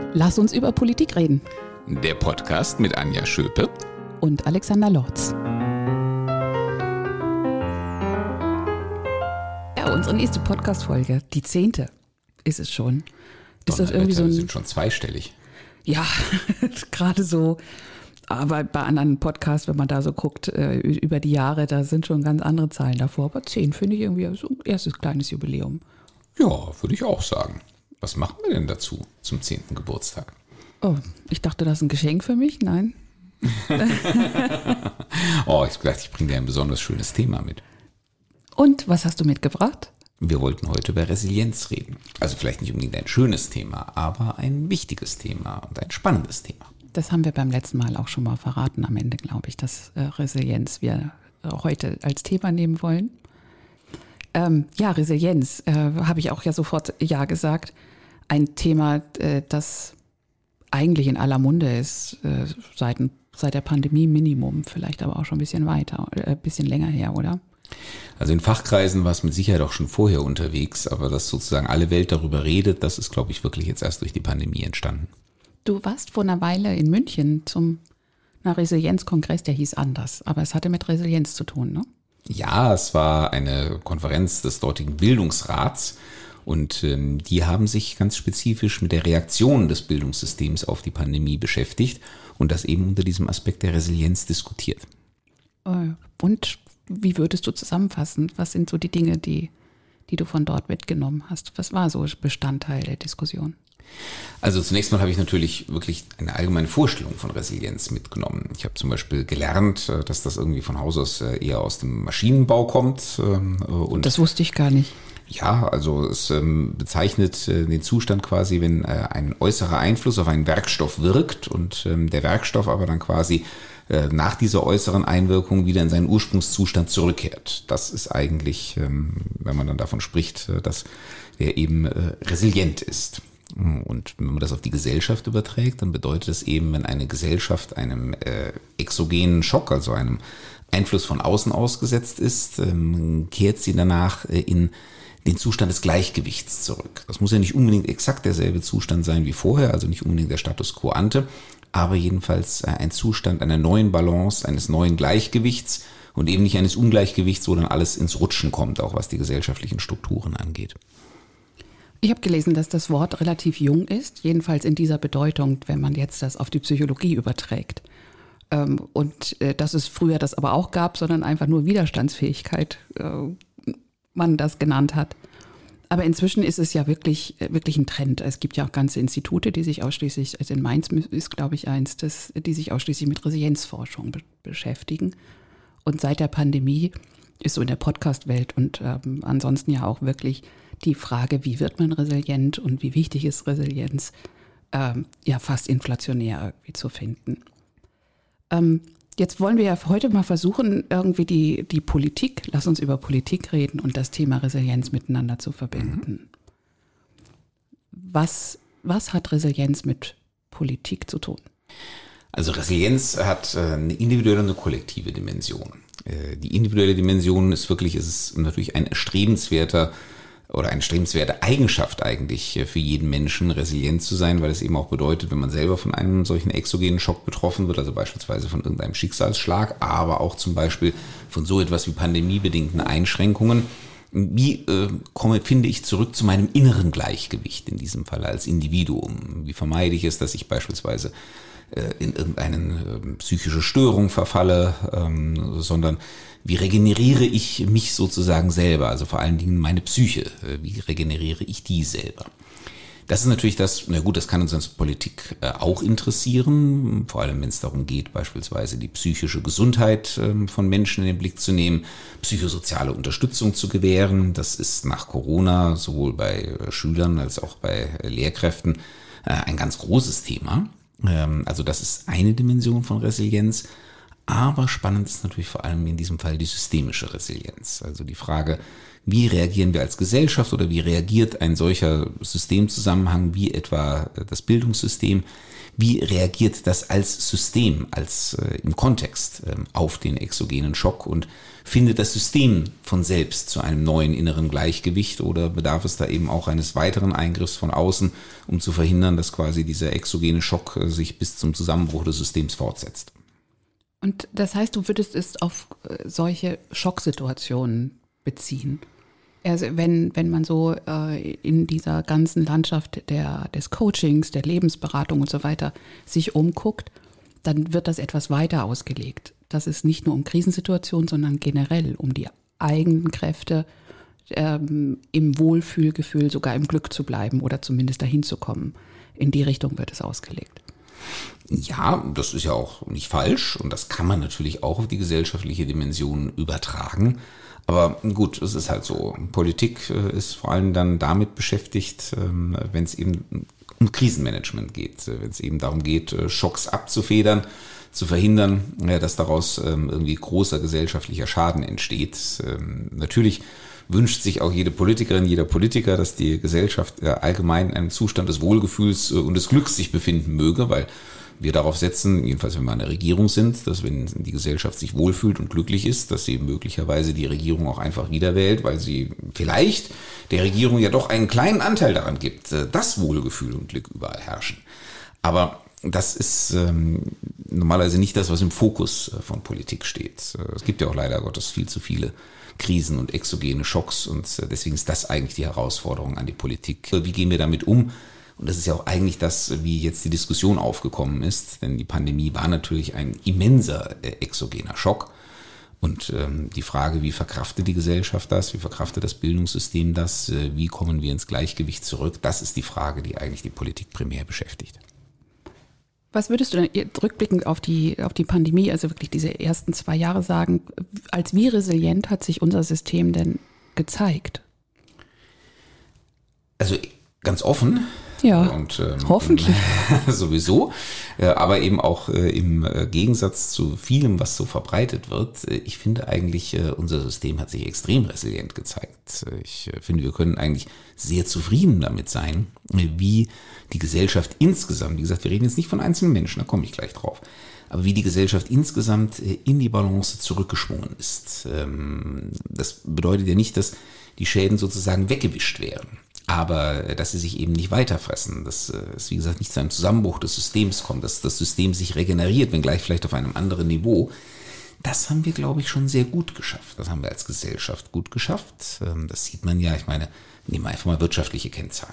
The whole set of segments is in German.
Lass uns über Politik reden. Der Podcast mit Anja Schöpe und Alexander Lorz. Ja, unsere nächste Podcast-Folge, die 10. ist es schon. Ist das irgendwie so wir sind schon zweistellig. Ja, gerade so. Aber bei anderen Podcasts, wenn man da so guckt, über die Jahre, da sind schon ganz andere Zahlen davor. Aber 10 finde ich irgendwie so ein erstes kleines Jubiläum. Ja, würde ich auch sagen. Was machen wir denn dazu zum 10. Geburtstag? Oh, ich dachte, das ist ein Geschenk für mich. Nein. Ich dachte, ich bringe dir ein besonders schönes Thema mit. Und was hast du mitgebracht? Wir wollten heute über Resilienz reden. Also vielleicht nicht unbedingt ein schönes Thema, aber ein wichtiges Thema und ein spannendes Thema. Das haben wir beim letzten Mal auch schon mal verraten am Ende, glaube ich, dass Resilienz wir heute als Thema nehmen wollen. Resilienz, habe ich auch ja sofort ja gesagt. Ein Thema, das eigentlich in aller Munde ist, seit der Pandemie Minimum, vielleicht aber auch schon ein bisschen weiter, ein bisschen länger her, oder? Also in Fachkreisen war es mit Sicherheit auch schon vorher unterwegs, aber dass sozusagen alle Welt darüber redet, das ist, glaube ich, wirklich jetzt erst durch die Pandemie entstanden. Du warst vor einer Weile in München zum Resilienzkongress, der hieß anders, aber es hatte mit Resilienz zu tun, ne? Ja, es war eine Konferenz des dortigen Bildungsrats und die haben sich ganz spezifisch mit der Reaktion des Bildungssystems auf die Pandemie beschäftigt und das eben unter diesem Aspekt der Resilienz diskutiert. Und wie würdest du zusammenfassen? Was sind so die Dinge, die du von dort mitgenommen hast? Was war so Bestandteil der Diskussion? Also zunächst mal habe ich natürlich wirklich eine allgemeine Vorstellung von Resilienz mitgenommen. Ich habe zum Beispiel gelernt, dass das irgendwie von Haus aus eher aus dem Maschinenbau kommt. Und das wusste ich gar nicht. Ja, also es bezeichnet den Zustand quasi, wenn ein äußerer Einfluss auf einen Werkstoff wirkt und der Werkstoff aber dann quasi nach dieser äußeren Einwirkung wieder in seinen Ursprungszustand zurückkehrt. Das ist eigentlich, wenn man dann davon spricht, dass der eben resilient ist. Und wenn man das auf die Gesellschaft überträgt, dann bedeutet es eben, wenn eine Gesellschaft einem exogenen Schock, also einem Einfluss von außen ausgesetzt ist, kehrt sie danach in den Zustand des Gleichgewichts zurück. Das muss ja nicht unbedingt exakt derselbe Zustand sein wie vorher, also nicht unbedingt der Status quo ante, aber jedenfalls ein Zustand einer neuen Balance, eines neuen Gleichgewichts und eben nicht eines Ungleichgewichts, wo dann alles ins Rutschen kommt, auch was die gesellschaftlichen Strukturen angeht. Ich habe gelesen, dass das Wort relativ jung ist, jedenfalls in dieser Bedeutung, wenn man jetzt das auf die Psychologie überträgt. Und dass es früher das aber auch gab, sondern einfach nur Widerstandsfähigkeit, man das genannt hat. Aber inzwischen ist es ja wirklich ein Trend. Es gibt ja auch ganze Institute, die sich ausschließlich, also in Mainz ist, glaube ich, eins, die sich ausschließlich mit Resilienzforschung beschäftigen. Und seit der Pandemie ist so in der Podcast-Welt und ansonsten ja auch wirklich die Frage, wie wird man resilient und wie wichtig ist Resilienz, fast inflationär irgendwie zu finden. Jetzt wollen wir ja heute mal versuchen, irgendwie die Politik, lass uns über Politik reden und das Thema Resilienz miteinander zu verbinden. Was hat Resilienz mit Politik zu tun? Also Resilienz hat eine individuelle und eine kollektive Dimension. Die individuelle Dimension ist natürlich eine erstrebenswerte Eigenschaft eigentlich für jeden Menschen, resilient zu sein, weil es eben auch bedeutet, wenn man selber von einem solchen exogenen Schock betroffen wird, also beispielsweise von irgendeinem Schicksalsschlag, aber auch zum Beispiel von so etwas wie pandemiebedingten Einschränkungen, finde ich zurück zu meinem inneren Gleichgewicht in diesem Fall als Individuum? Wie vermeide ich es, dass ich beispielsweise in irgendeine psychische Störung verfalle, sondern wie regeneriere ich mich sozusagen selber, also vor allen Dingen meine Psyche, wie regeneriere ich die selber? Das ist natürlich das kann uns als Politik auch interessieren, vor allem wenn es darum geht, beispielsweise die psychische Gesundheit von Menschen in den Blick zu nehmen, psychosoziale Unterstützung zu gewähren. Das ist nach Corona sowohl bei Schülern als auch bei Lehrkräften ein ganz großes Thema. Also das ist eine Dimension von Resilienz. Aber spannend ist natürlich vor allem in diesem Fall die systemische Resilienz. Also die Frage, wie reagieren wir als Gesellschaft oder wie reagiert ein solcher Systemzusammenhang wie etwa das Bildungssystem? Wie reagiert das als System, als im Kontext auf den exogenen Schock und findet das System von selbst zu einem neuen inneren Gleichgewicht oder bedarf es da eben auch eines weiteren Eingriffs von außen, um zu verhindern, dass quasi dieser exogene Schock sich bis zum Zusammenbruch des Systems fortsetzt? Und das heißt, du würdest es auf solche Schocksituationen beziehen? Also wenn man so in dieser ganzen Landschaft des Coachings, der Lebensberatung und so weiter sich umguckt, dann wird das etwas weiter ausgelegt. Das ist nicht nur um Krisensituationen, sondern generell um die eigenen Kräfte, im Wohlfühlgefühl, sogar im Glück zu bleiben oder zumindest dahin zu kommen. In die Richtung wird es ausgelegt. Ja, das ist ja auch nicht falsch und das kann man natürlich auch auf die gesellschaftliche Dimension übertragen. Aber gut, es ist halt so. Politik ist vor allem dann damit beschäftigt, wenn es eben um Krisenmanagement geht, wenn es eben darum geht, Schocks abzufedern, zu verhindern, dass daraus irgendwie großer gesellschaftlicher Schaden entsteht. Natürlich wünscht sich auch jede Politikerin, jeder Politiker, dass die Gesellschaft allgemein in einem Zustand des Wohlgefühls und des Glücks sich befinden möge, weil wir darauf setzen, jedenfalls wenn wir an der Regierung sind, dass wenn die Gesellschaft sich wohlfühlt und glücklich ist, dass sie möglicherweise die Regierung auch einfach wieder wählt, weil sie vielleicht der Regierung ja doch einen kleinen Anteil daran gibt, dass Wohlgefühl und Glück überall herrschen. Aber das ist normalerweise nicht das, was im Fokus von Politik steht. Es gibt ja auch leider Gottes viel zu viele Krisen und exogene Schocks und deswegen ist das eigentlich die Herausforderung an die Politik. Wie gehen wir damit um? Und das ist ja auch eigentlich das, wie jetzt die Diskussion aufgekommen ist, denn die Pandemie war natürlich ein immenser exogener Schock. Und die Frage, wie verkraftet die Gesellschaft das, wie verkraftet das Bildungssystem das, wie kommen wir ins Gleichgewicht zurück, das ist die Frage, die eigentlich die Politik primär beschäftigt. Was würdest du denn rückblickend auf die Pandemie, also wirklich diese ersten 2 Jahre sagen, als wie resilient hat sich unser System denn gezeigt? Also ganz offen. Ja, und, hoffentlich. Sowieso, aber eben auch im Gegensatz zu vielem, was so verbreitet wird. Ich finde eigentlich, unser System hat sich extrem resilient gezeigt. Ich finde, wir können eigentlich sehr zufrieden damit sein, wie die Gesellschaft insgesamt, wie gesagt, wir reden jetzt nicht von einzelnen Menschen, da komme ich gleich drauf, aber wie die Gesellschaft insgesamt in die Balance zurückgeschwungen ist. Das bedeutet ja nicht, dass die Schäden sozusagen weggewischt werden. Aber dass sie sich eben nicht weiterfressen, dass es, wie gesagt, nicht zu einem Zusammenbruch des Systems kommt, dass das System sich regeneriert, wenngleich vielleicht auf einem anderen Niveau, das haben wir, glaube ich, schon sehr gut geschafft. Das haben wir als Gesellschaft gut geschafft. Das sieht man ja, ich meine, nehmen wir einfach mal wirtschaftliche Kennzahlen.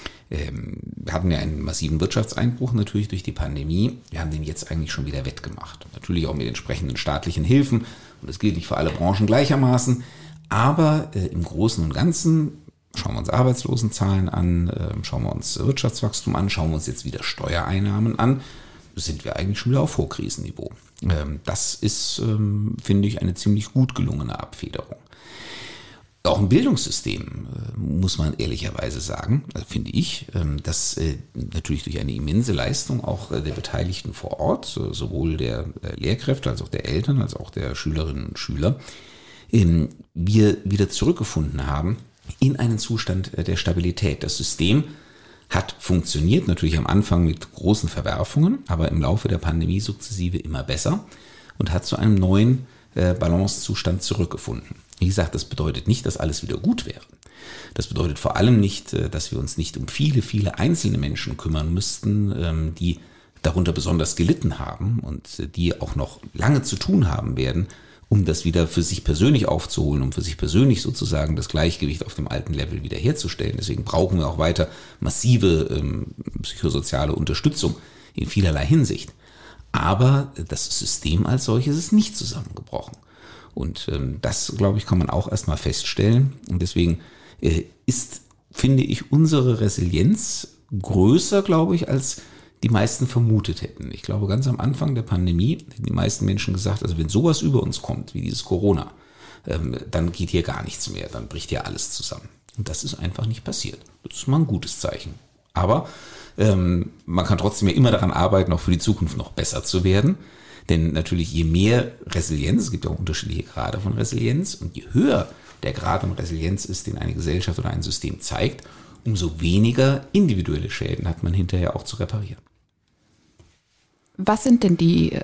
Wir hatten ja einen massiven Wirtschaftseinbruch natürlich durch die Pandemie. Wir haben den jetzt eigentlich schon wieder wettgemacht. Natürlich auch mit entsprechenden staatlichen Hilfen. Und das gilt nicht für alle Branchen gleichermaßen. Aber im Großen und Ganzen schauen wir uns Arbeitslosenzahlen an, schauen wir uns Wirtschaftswachstum an, schauen wir uns jetzt wieder Steuereinnahmen an, sind wir eigentlich schon wieder auf Vorkrisenniveau. Das ist, finde ich, eine ziemlich gut gelungene Abfederung. Auch im Bildungssystem muss man ehrlicherweise sagen, finde ich, dass natürlich durch eine immense Leistung auch der Beteiligten vor Ort, sowohl der Lehrkräfte als auch der Eltern, als auch der Schülerinnen und Schüler, wir wieder zurückgefunden haben in einen Zustand der Stabilität. Das System hat funktioniert, natürlich am Anfang mit großen Verwerfungen, aber im Laufe der Pandemie sukzessive immer besser und hat zu einem neuen Balancezustand zurückgefunden. Wie gesagt, das bedeutet nicht, dass alles wieder gut wäre. Das bedeutet vor allem nicht, dass wir uns nicht um viele, viele einzelne Menschen kümmern müssten, die darunter besonders gelitten haben und die auch noch lange zu tun haben werden, um das wieder für sich persönlich aufzuholen, um für sich persönlich sozusagen das Gleichgewicht auf dem alten Level wiederherzustellen. Deswegen brauchen wir auch weiter massive psychosoziale Unterstützung in vielerlei Hinsicht. Aber das System als solches ist nicht zusammengebrochen. Und das, glaube ich, kann man auch erstmal feststellen. Und deswegen ist, finde ich, unsere Resilienz größer, glaube ich, als die meisten vermutet hätten. Ich glaube, ganz am Anfang der Pandemie hätten die meisten Menschen gesagt, also wenn sowas über uns kommt, wie dieses Corona, dann geht hier gar nichts mehr, dann bricht hier alles zusammen. Und das ist einfach nicht passiert. Das ist mal ein gutes Zeichen. Aber man kann trotzdem ja immer daran arbeiten, auch für die Zukunft noch besser zu werden. Denn natürlich je mehr Resilienz, es gibt ja auch unterschiedliche Grade von Resilienz, und je höher der Grad von Resilienz ist, den eine Gesellschaft oder ein System zeigt, umso weniger individuelle Schäden hat man hinterher auch zu reparieren. Was sind denn die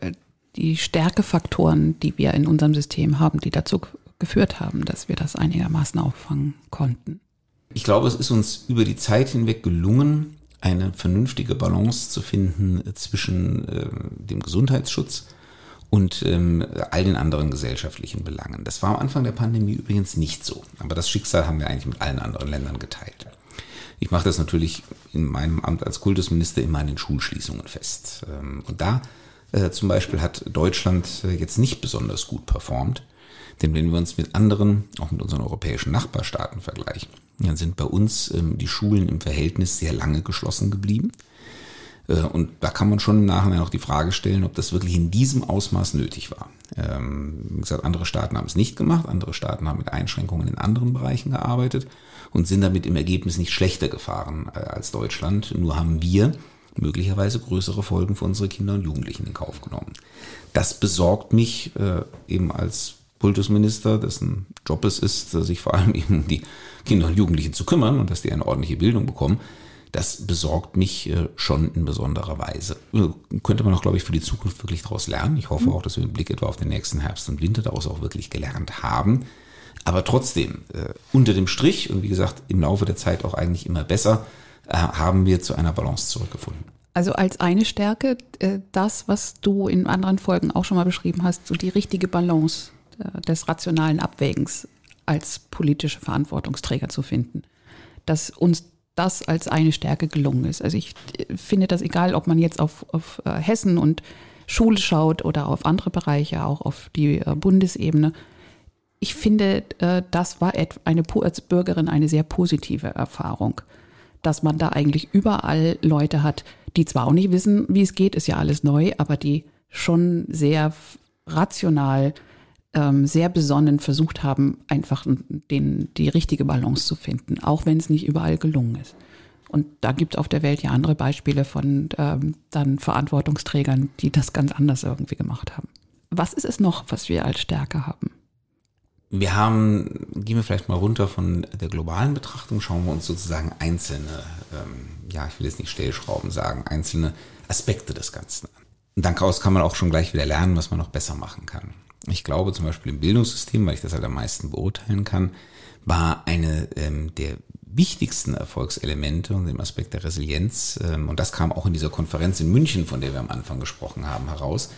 Stärkefaktoren, die wir in unserem System haben, die dazu geführt haben, dass wir das einigermaßen auffangen konnten? Ich glaube, es ist uns über die Zeit hinweg gelungen, eine vernünftige Balance zu finden zwischen dem Gesundheitsschutz und all den anderen gesellschaftlichen Belangen. Das war am Anfang der Pandemie übrigens nicht so. Aber das Schicksal haben wir eigentlich mit allen anderen Ländern geteilt. Ich mache das natürlich in meinem Amt als Kultusminister immer an den Schulschließungen fest. Und da zum Beispiel hat Deutschland jetzt nicht besonders gut performt. Denn wenn wir uns mit anderen, auch mit unseren europäischen Nachbarstaaten vergleichen, dann sind bei uns die Schulen im Verhältnis sehr lange geschlossen geblieben. Und da kann man schon im Nachhinein auch die Frage stellen, ob das wirklich in diesem Ausmaß nötig war. Wie gesagt, andere Staaten haben es nicht gemacht, andere Staaten haben mit Einschränkungen in anderen Bereichen gearbeitet und sind damit im Ergebnis nicht schlechter gefahren als Deutschland. Nur haben wir möglicherweise größere Folgen für unsere Kinder und Jugendlichen in Kauf genommen. Das besorgt mich eben als Kultusminister, dessen Job es ist, sich vor allem eben um die Kinder und Jugendlichen zu kümmern und dass die eine ordentliche Bildung bekommen. Das besorgt mich schon in besonderer Weise. Könnte man auch, glaube ich, für die Zukunft wirklich daraus lernen. Ich hoffe auch, dass wir im Blick etwa auf den nächsten Herbst und Winter daraus auch wirklich gelernt haben. Aber trotzdem, unter dem Strich und wie gesagt, im Laufe der Zeit auch eigentlich immer besser, haben wir zu einer Balance zurückgefunden. Also als eine Stärke, das, was du in anderen Folgen auch schon mal beschrieben hast, so die richtige Balance des rationalen Abwägens als politische Verantwortungsträger zu finden. Dass uns das als eine Stärke gelungen ist. Also ich finde das egal, ob man jetzt auf Hessen und Schule schaut oder auf andere Bereiche, auch auf die Bundesebene. Ich finde, das war als Bürgerin eine sehr positive Erfahrung, dass man da eigentlich überall Leute hat, die zwar auch nicht wissen, wie es geht, ist ja alles neu, aber die schon sehr rational, sehr besonnen versucht haben, einfach die richtige Balance zu finden, auch wenn es nicht überall gelungen ist. Und da gibt es auf der Welt ja andere Beispiele von dann Verantwortungsträgern, die das ganz anders irgendwie gemacht haben. Was ist es noch, was wir als Stärke haben? Gehen wir vielleicht mal runter von der globalen Betrachtung, schauen wir uns sozusagen einzelne, ich will jetzt nicht Stellschrauben sagen, einzelne Aspekte des Ganzen an. Und daraus kann man auch schon gleich wieder lernen, was man noch besser machen kann. Ich glaube zum Beispiel im Bildungssystem, weil ich das halt am meisten beurteilen kann, war eine der wichtigsten Erfolgselemente und dem Aspekt der Resilienz, und das kam auch in dieser Konferenz in München, von der wir am Anfang gesprochen haben, heraus,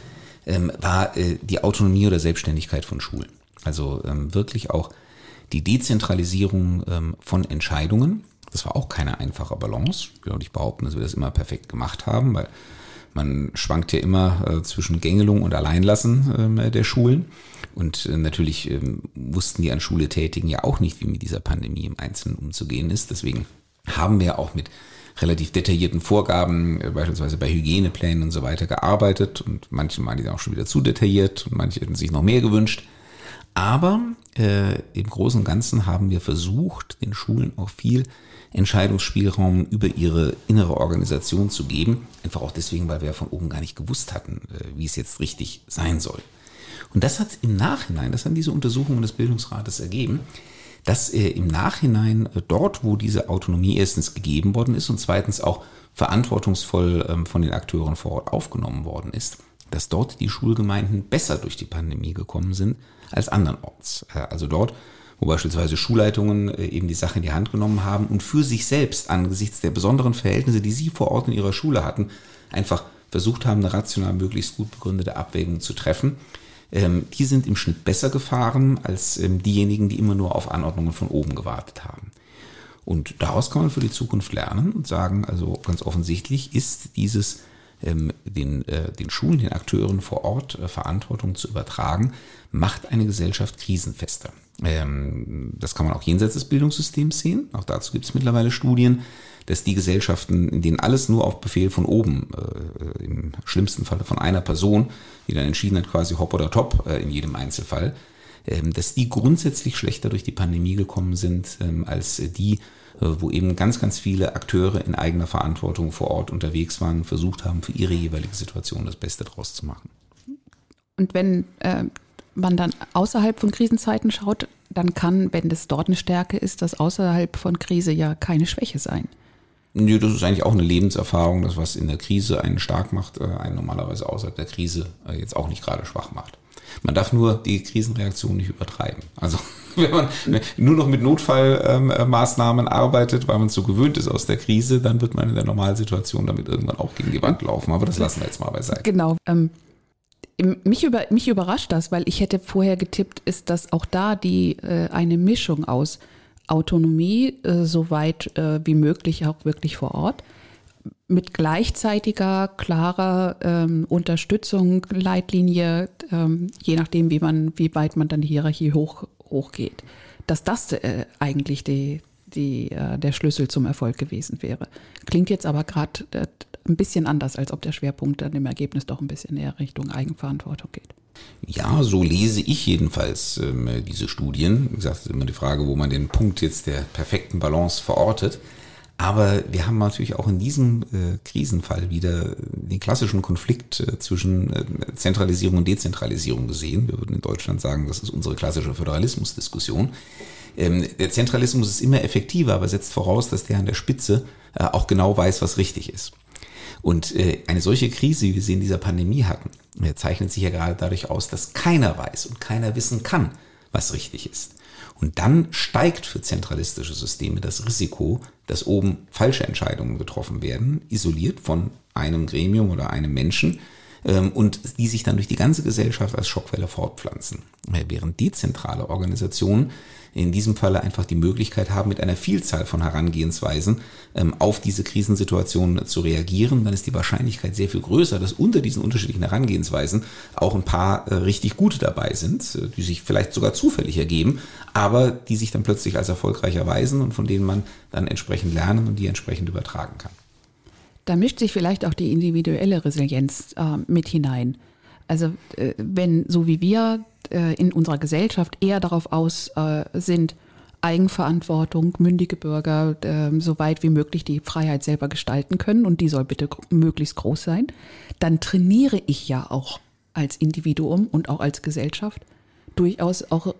war die Autonomie oder Selbstständigkeit von Schulen. Also wirklich auch die Dezentralisierung von Entscheidungen. Das war auch keine einfache Balance. Ich will auch nicht behaupten, dass wir das immer perfekt gemacht haben, weil man schwankt ja immer zwischen Gängelung und Alleinlassen der Schulen. Und natürlich wussten die an Schule Tätigen ja auch nicht, wie mit dieser Pandemie im Einzelnen umzugehen ist. Deswegen haben wir auch mit relativ detaillierten Vorgaben, beispielsweise bei Hygieneplänen und so weiter, gearbeitet. Und manche waren die dann auch schon wieder zu detailliert und manche hätten sich noch mehr gewünscht. Aber im Großen und Ganzen haben wir versucht, den Schulen auch viel Entscheidungsspielraum über ihre innere Organisation zu geben. Einfach auch deswegen, weil wir von oben gar nicht gewusst hatten, wie es jetzt richtig sein soll. Und das hat im Nachhinein, das haben diese Untersuchungen des Bildungsrates ergeben, dass im Nachhinein dort, wo diese Autonomie erstens gegeben worden ist und zweitens auch verantwortungsvoll von den Akteuren vor Ort aufgenommen worden ist, dass dort die Schulgemeinden besser durch die Pandemie gekommen sind als andernorts. Also dort, wo beispielsweise Schulleitungen eben die Sache in die Hand genommen haben und für sich selbst angesichts der besonderen Verhältnisse, die sie vor Ort in ihrer Schule hatten, einfach versucht haben, eine rational möglichst gut begründete Abwägung zu treffen. Die sind im Schnitt besser gefahren als diejenigen, die immer nur auf Anordnungen von oben gewartet haben. Und daraus kann man für die Zukunft lernen und sagen, also ganz offensichtlich ist dieses den Schulen, den Akteuren vor Ort Verantwortung zu übertragen, macht eine Gesellschaft krisenfester. Das kann man auch jenseits des Bildungssystems sehen. Auch dazu gibt es mittlerweile Studien, dass die Gesellschaften, in denen alles nur auf Befehl von oben, im schlimmsten Fall von einer Person, die dann entschieden hat, quasi hopp oder top in jedem Einzelfall, dass die grundsätzlich schlechter durch die Pandemie gekommen sind, als die, wo eben ganz, ganz viele Akteure in eigener Verantwortung vor Ort unterwegs waren und versucht haben, für ihre jeweilige Situation das Beste draus zu machen. Und wenn man dann außerhalb von Krisenzeiten schaut, dann kann, wenn das dort eine Stärke ist, das außerhalb von Krise ja keine Schwäche sein. Nö, das ist eigentlich auch eine Lebenserfahrung, das was in der Krise einen stark macht, einen normalerweise außerhalb der Krise jetzt auch nicht gerade schwach macht. Man darf nur die Krisenreaktion nicht übertreiben. Also wenn man nur noch mit Notfallmaßnahmen arbeitet, weil man so gewöhnt ist aus der Krise, dann wird man in der Normalsituation damit irgendwann auch gegen die Wand laufen. Aber das lassen wir jetzt mal beiseite. Genau. Mich überrascht das, weil ich hätte vorher getippt, ist, dass auch da eine Mischung aus Autonomie, soweit wie möglich auch wirklich vor Ort, mit gleichzeitiger, klarer Unterstützung, Leitlinie, je nachdem, wie weit man dann die Hierarchie hochgeht, dass das eigentlich der Schlüssel zum Erfolg gewesen wäre. Klingt jetzt aber gerade ein bisschen anders, als ob der Schwerpunkt dann im Ergebnis doch ein bisschen eher Richtung Eigenverantwortung geht. Ja, so lese ich jedenfalls diese Studien. Wie gesagt, es ist immer die Frage, wo man den Punkt jetzt der perfekten Balance verortet. Aber wir haben natürlich auch in diesem Krisenfall wieder den klassischen Konflikt zwischen Zentralisierung und Dezentralisierung gesehen. Wir würden in Deutschland sagen, das ist unsere klassische Föderalismusdiskussion. Der Zentralismus ist immer effektiver, aber setzt voraus, dass der an der Spitze auch genau weiß, was richtig ist. Und eine solche Krise, wie wir sie in dieser Pandemie hatten, zeichnet sich ja gerade dadurch aus, dass keiner weiß und keiner wissen kann, was richtig ist. Und dann steigt für zentralistische Systeme das Risiko, dass oben falsche Entscheidungen getroffen werden, isoliert von einem Gremium oder einem Menschen, und die sich dann durch die ganze Gesellschaft als Schockwelle fortpflanzen. Während dezentrale Organisationen in diesem Falle einfach die Möglichkeit haben, mit einer Vielzahl von Herangehensweisen auf diese Krisensituationen zu reagieren, dann ist die Wahrscheinlichkeit sehr viel größer, dass unter diesen unterschiedlichen Herangehensweisen auch ein paar richtig gute dabei sind, die sich vielleicht sogar zufällig ergeben, aber die sich dann plötzlich als erfolgreich erweisen und von denen man dann entsprechend lernen und die entsprechend übertragen kann. Da mischt sich vielleicht auch die individuelle Resilienz mit hinein. Also wenn, so wie wir in unserer Gesellschaft eher darauf aus sind, Eigenverantwortung, mündige Bürger, so weit wie möglich die Freiheit selber gestalten können, und die soll bitte möglichst groß sein, dann trainiere ich ja auch als Individuum und auch als Gesellschaft durchaus auch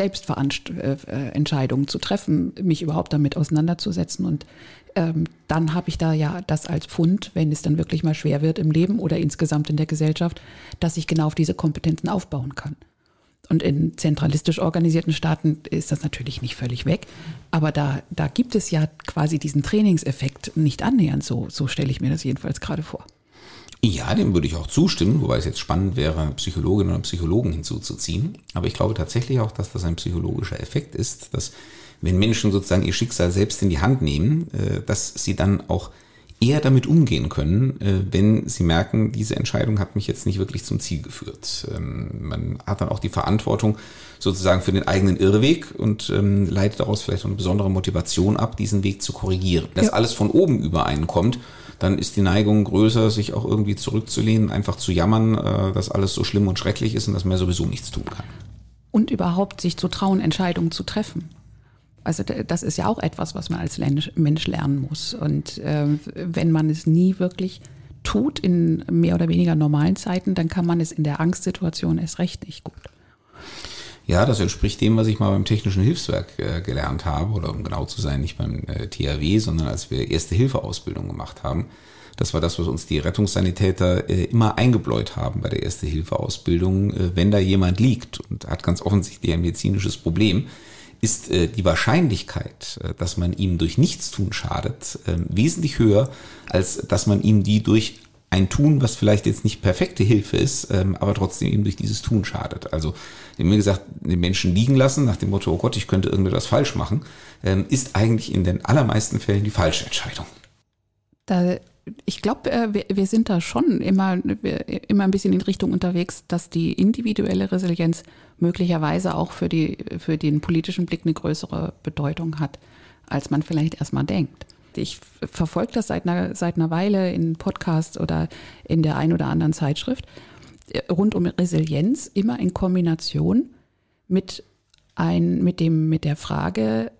Selbstentscheidungen zu treffen, mich überhaupt damit auseinanderzusetzen, und dann habe ich da ja das als Pfund, wenn es dann wirklich mal schwer wird im Leben oder insgesamt in der Gesellschaft, dass ich genau auf diese Kompetenzen aufbauen kann. Und in zentralistisch organisierten Staaten ist das natürlich nicht völlig weg, aber da gibt es ja quasi diesen Trainingseffekt nicht annähernd so stelle ich mir das jedenfalls gerade vor. Ja, dem würde ich auch zustimmen, wobei es jetzt spannend wäre, Psychologinnen und Psychologen hinzuzuziehen. Aber ich glaube tatsächlich auch, dass das ein psychologischer Effekt ist, dass wenn Menschen sozusagen ihr Schicksal selbst in die Hand nehmen, dass sie dann auch eher damit umgehen können, wenn sie merken, diese Entscheidung hat mich jetzt nicht wirklich zum Ziel geführt. Man hat dann auch die Verantwortung sozusagen für den eigenen Irrweg und leitet daraus vielleicht auch eine besondere Motivation ab, diesen Weg zu korrigieren. Wenn das alles von oben übereinkommt, dann ist die Neigung größer, sich auch irgendwie zurückzulehnen, einfach zu jammern, dass alles so schlimm und schrecklich ist und dass man sowieso nichts tun kann. Und überhaupt sich zu trauen, Entscheidungen zu treffen. Also das ist ja auch etwas, was man als Mensch lernen muss. Und wenn man es nie wirklich tut in mehr oder weniger normalen Zeiten, dann kann man es in der Angstsituation erst recht nicht gut. Ja, das entspricht dem, was ich mal beim Technischen Hilfswerk gelernt habe, oder um genau zu sein, nicht beim THW, sondern als wir Erste-Hilfe-Ausbildung gemacht haben. Das war das, was uns die Rettungssanitäter immer eingebläut haben bei der Erste-Hilfe-Ausbildung. Wenn da jemand liegt und hat ganz offensichtlich ein medizinisches Problem, ist die Wahrscheinlichkeit, dass man ihm durch Nichtstun schadet, wesentlich höher, als dass man ihm die durch ein Tun, was vielleicht jetzt nicht perfekte Hilfe ist, aber trotzdem eben durch dieses Tun schadet. Also, wie gesagt, den Menschen liegen lassen nach dem Motto, oh Gott, ich könnte irgendetwas falsch machen, ist eigentlich in den allermeisten Fällen die falsche Entscheidung. Ich glaube, wir sind da schon immer ein bisschen in Richtung unterwegs, dass die individuelle Resilienz möglicherweise auch für den politischen Blick eine größere Bedeutung hat, als man vielleicht erstmal denkt. Ich verfolge das seit einer Weile in Podcasts oder in der ein oder anderen Zeitschrift rund um Resilienz, immer in Kombination mit der Frage,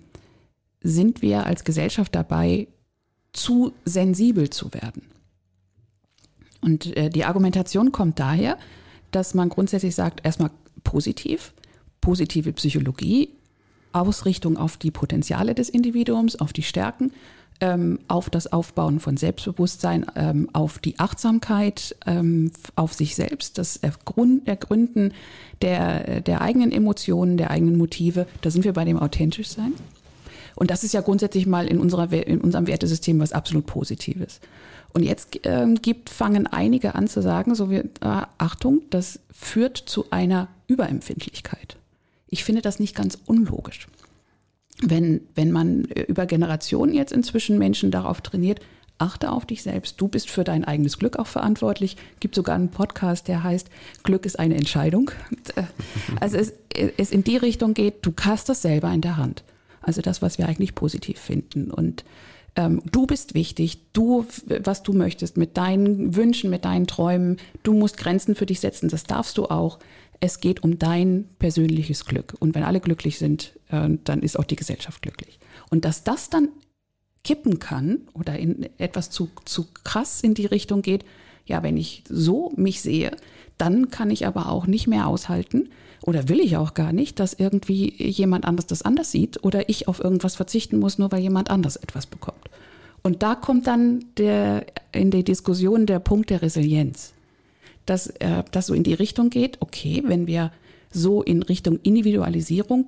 sind wir als Gesellschaft dabei, zu sensibel zu werden? Und die Argumentation kommt daher, dass man grundsätzlich sagt, erstmal positive Psychologie, Ausrichtung auf die Potenziale des Individuums, auf die Stärken, auf das Aufbauen von Selbstbewusstsein, auf die Achtsamkeit, auf sich selbst, das Ergründen der eigenen Emotionen, der eigenen Motive. Da sind wir bei dem Authentischsein. Und das ist ja grundsätzlich mal in unserem Wertesystem was absolut Positives. Und jetzt fangen einige an zu sagen, Achtung, das führt zu einer Überempfindlichkeit. Ich finde das nicht ganz unlogisch. Wenn man über Generationen jetzt inzwischen Menschen darauf trainiert, achte auf dich selbst, du bist für dein eigenes Glück auch verantwortlich. Gibt sogar einen Podcast, der heißt Glück ist eine Entscheidung. Also es in die Richtung geht, du hast das selber in der Hand. Also das, was wir eigentlich positiv finden. Und du bist wichtig, was du möchtest, mit deinen Wünschen, mit deinen Träumen. Du musst Grenzen für dich setzen, das darfst du auch. Es geht um dein persönliches Glück. Und wenn alle glücklich sind, dann ist auch die Gesellschaft glücklich. Und dass das dann kippen kann oder in etwas zu krass in die Richtung geht, ja, wenn ich so mich sehe, dann kann ich aber auch nicht mehr aushalten oder will ich auch gar nicht, dass irgendwie jemand anderes das anders sieht oder ich auf irgendwas verzichten muss, nur weil jemand anders etwas bekommt. Und da kommt dann in die Diskussion der Punkt der Resilienz. Dass das so in die Richtung geht, okay, wenn wir so in Richtung Individualisierung,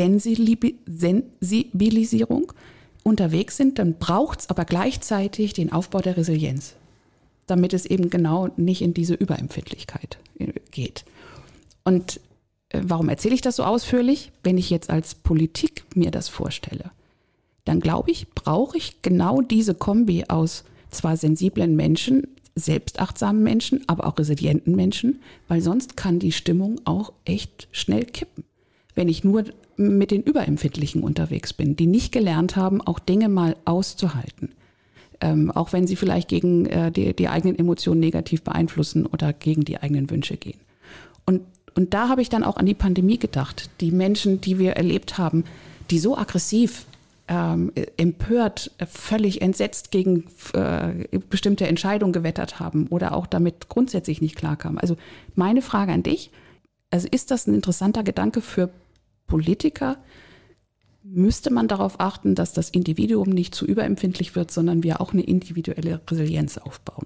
Sensibilisierung unterwegs sind, dann braucht es aber gleichzeitig den Aufbau der Resilienz, damit es eben genau nicht in diese Überempfindlichkeit geht. Und warum erzähle ich das so ausführlich? Wenn ich jetzt als Politik mir das vorstelle, dann glaube ich, brauche ich genau diese Kombi aus zwar sensiblen Menschen, selbstachtsamen Menschen, aber auch resilienten Menschen, weil sonst kann die Stimmung auch echt schnell kippen. Wenn ich nur mit den Überempfindlichen unterwegs bin, die nicht gelernt haben, auch Dinge mal auszuhalten. Auch wenn sie vielleicht gegen die eigenen Emotionen negativ beeinflussen oder gegen die eigenen Wünsche gehen. Und da habe ich dann auch an die Pandemie gedacht. Die Menschen, die wir erlebt haben, die so aggressiv empört, völlig entsetzt gegen bestimmte Entscheidungen gewettert haben oder auch damit grundsätzlich nicht klarkamen. Also meine Frage an dich, also ist das ein interessanter Gedanke für Politiker? Müsste man darauf achten, dass das Individuum nicht zu überempfindlich wird, sondern wir auch eine individuelle Resilienz aufbauen?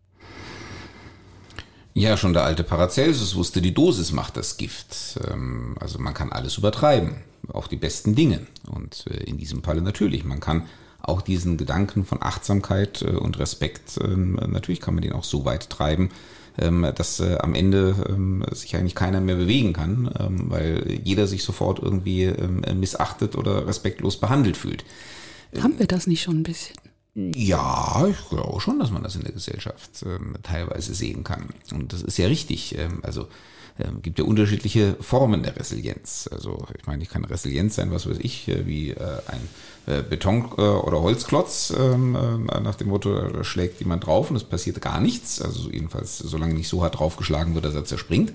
Ja, schon der alte Paracelsus wusste, die Dosis macht das Gift. Also man kann alles übertreiben, auch die besten Dinge. Und in diesem Falle natürlich. Man kann auch diesen Gedanken von Achtsamkeit und Respekt, natürlich kann man den auch so weit treiben, dass am Ende sich eigentlich keiner mehr bewegen kann, weil jeder sich sofort irgendwie missachtet oder respektlos behandelt fühlt. Haben wir das nicht schon ein bisschen? Ja, ich glaube schon, dass man das in der Gesellschaft teilweise sehen kann. Und das ist ja richtig. Gibt ja unterschiedliche Formen der Resilienz. Also ich meine, ich kann resilient sein, was weiß ich, wie ein Beton- oder Holzklotz, nach dem Motto, da schlägt jemand drauf und es passiert gar nichts. Also jedenfalls, solange nicht so hart draufgeschlagen wird, dass er zerspringt.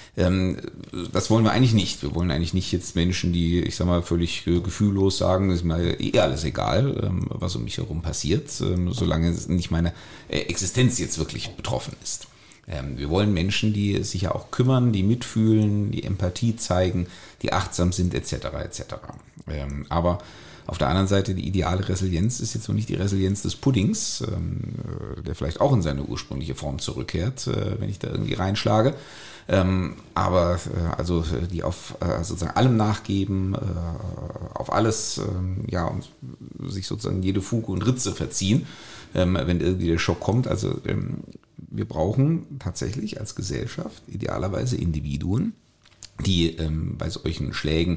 Das wollen wir eigentlich nicht. Wir wollen eigentlich nicht jetzt Menschen, die, ich sag mal, völlig gefühllos sagen, ist mir eh alles egal, was um mich herum passiert, solange nicht meine Existenz jetzt wirklich betroffen ist. Wir wollen Menschen, die sich ja auch kümmern, die mitfühlen, die Empathie zeigen, die achtsam sind, etc. etc. Aber auf der anderen Seite, die ideale Resilienz ist jetzt noch nicht die Resilienz des Puddings, der vielleicht auch in seine ursprüngliche Form zurückkehrt, wenn ich da irgendwie reinschlage. Aber die auf sozusagen allem nachgeben, auf alles, und sich sozusagen jede Fuge und Ritze verziehen, wenn irgendwie der Schock kommt. Also wir brauchen tatsächlich als Gesellschaft idealerweise Individuen, die bei solchen Schlägen,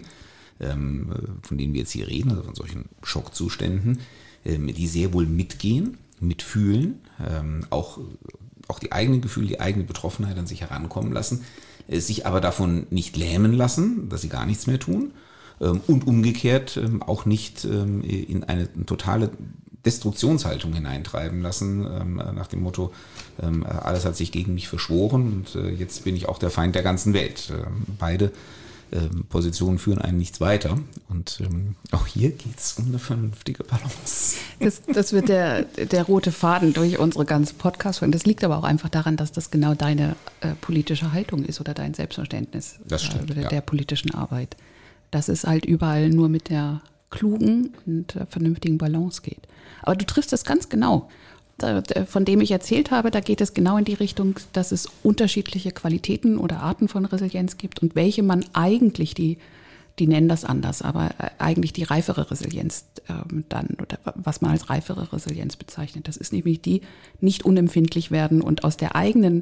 von denen wir jetzt hier reden, also von solchen Schockzuständen, die sehr wohl mitgehen, mitfühlen, auch die eigenen Gefühle, die eigene Betroffenheit an sich herankommen lassen, sich aber davon nicht lähmen lassen, dass sie gar nichts mehr tun und umgekehrt auch nicht in eine totale Destruktionshaltung hineintreiben lassen, nach dem Motto, alles hat sich gegen mich verschworen und jetzt bin ich auch der Feind der ganzen Welt. Beide Positionen führen einen nichts weiter. Und auch hier geht es um eine vernünftige Balance. Das wird der rote Faden durch unsere ganze Podcast-Folge. Das liegt aber auch einfach daran, dass das genau deine politische Haltung ist oder dein Selbstverständnis der politischen Arbeit. Dass es halt überall nur mit der klugen und vernünftigen Balance geht. Aber du triffst das ganz genau. Von dem ich erzählt habe, da geht es genau in die Richtung, dass es unterschiedliche Qualitäten oder Arten von Resilienz gibt und welche man eigentlich, die nennen das anders, aber eigentlich die reifere Resilienz dann, oder was man als reifere Resilienz bezeichnet. Das ist nämlich die, nicht unempfindlich werden und aus der eigenen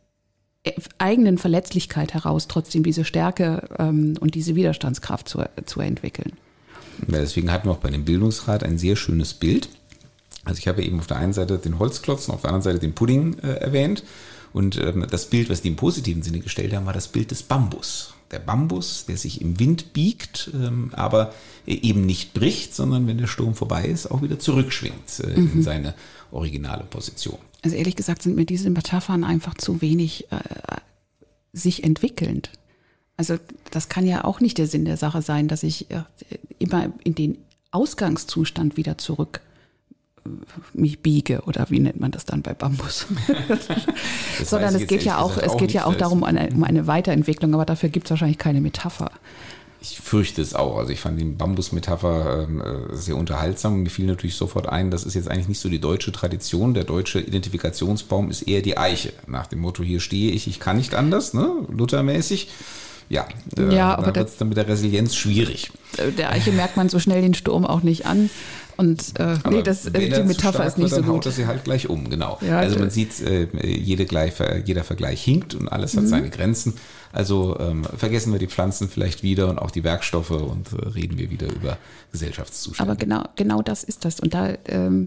Verletzlichkeit heraus trotzdem diese Stärke und diese Widerstandskraft zu entwickeln. Ja, deswegen hatten wir auch bei dem Bildungsrat ein sehr schönes Bild. Also ich habe eben auf der einen Seite den Holzklotz und auf der anderen Seite den Pudding erwähnt. Und das Bild, was die im positiven Sinne gestellt haben, war das Bild des Bambus. Der Bambus, der sich im Wind biegt, aber eben nicht bricht, sondern wenn der Sturm vorbei ist, auch wieder zurückschwingt in seine originale Position. Also ehrlich gesagt sind mir diese Metaphern einfach zu wenig sich entwickelnd. Also das kann ja auch nicht der Sinn der Sache sein, dass ich immer in den Ausgangszustand wieder zurück mich biege, oder wie nennt man das dann bei Bambus? Sondern es geht ja auch darum, um eine Weiterentwicklung, aber dafür gibt es wahrscheinlich keine Metapher. Ich fürchte es auch. Also ich fand die Bambus-Metapher sehr unterhaltsam. Mir fiel natürlich sofort ein, das ist jetzt eigentlich nicht so die deutsche Tradition. Der deutsche Identifikationsbaum ist eher die Eiche. Nach dem Motto, hier stehe ich kann nicht anders, ne? Luthermäßig. Ja, aber wird es dann mit der Resilienz schwierig. Der Eiche merkt man so schnell den Sturm auch nicht an. Und die Metapher ist nicht so gut. Dann haut er sie halt gleich um, genau. Ja, also man sieht, jeder Vergleich hinkt und alles hat seine Grenzen. Also vergessen wir die Pflanzen vielleicht wieder und auch die Werkstoffe und reden wir wieder über Gesellschaftszustände. Aber genau das ist das. Und da,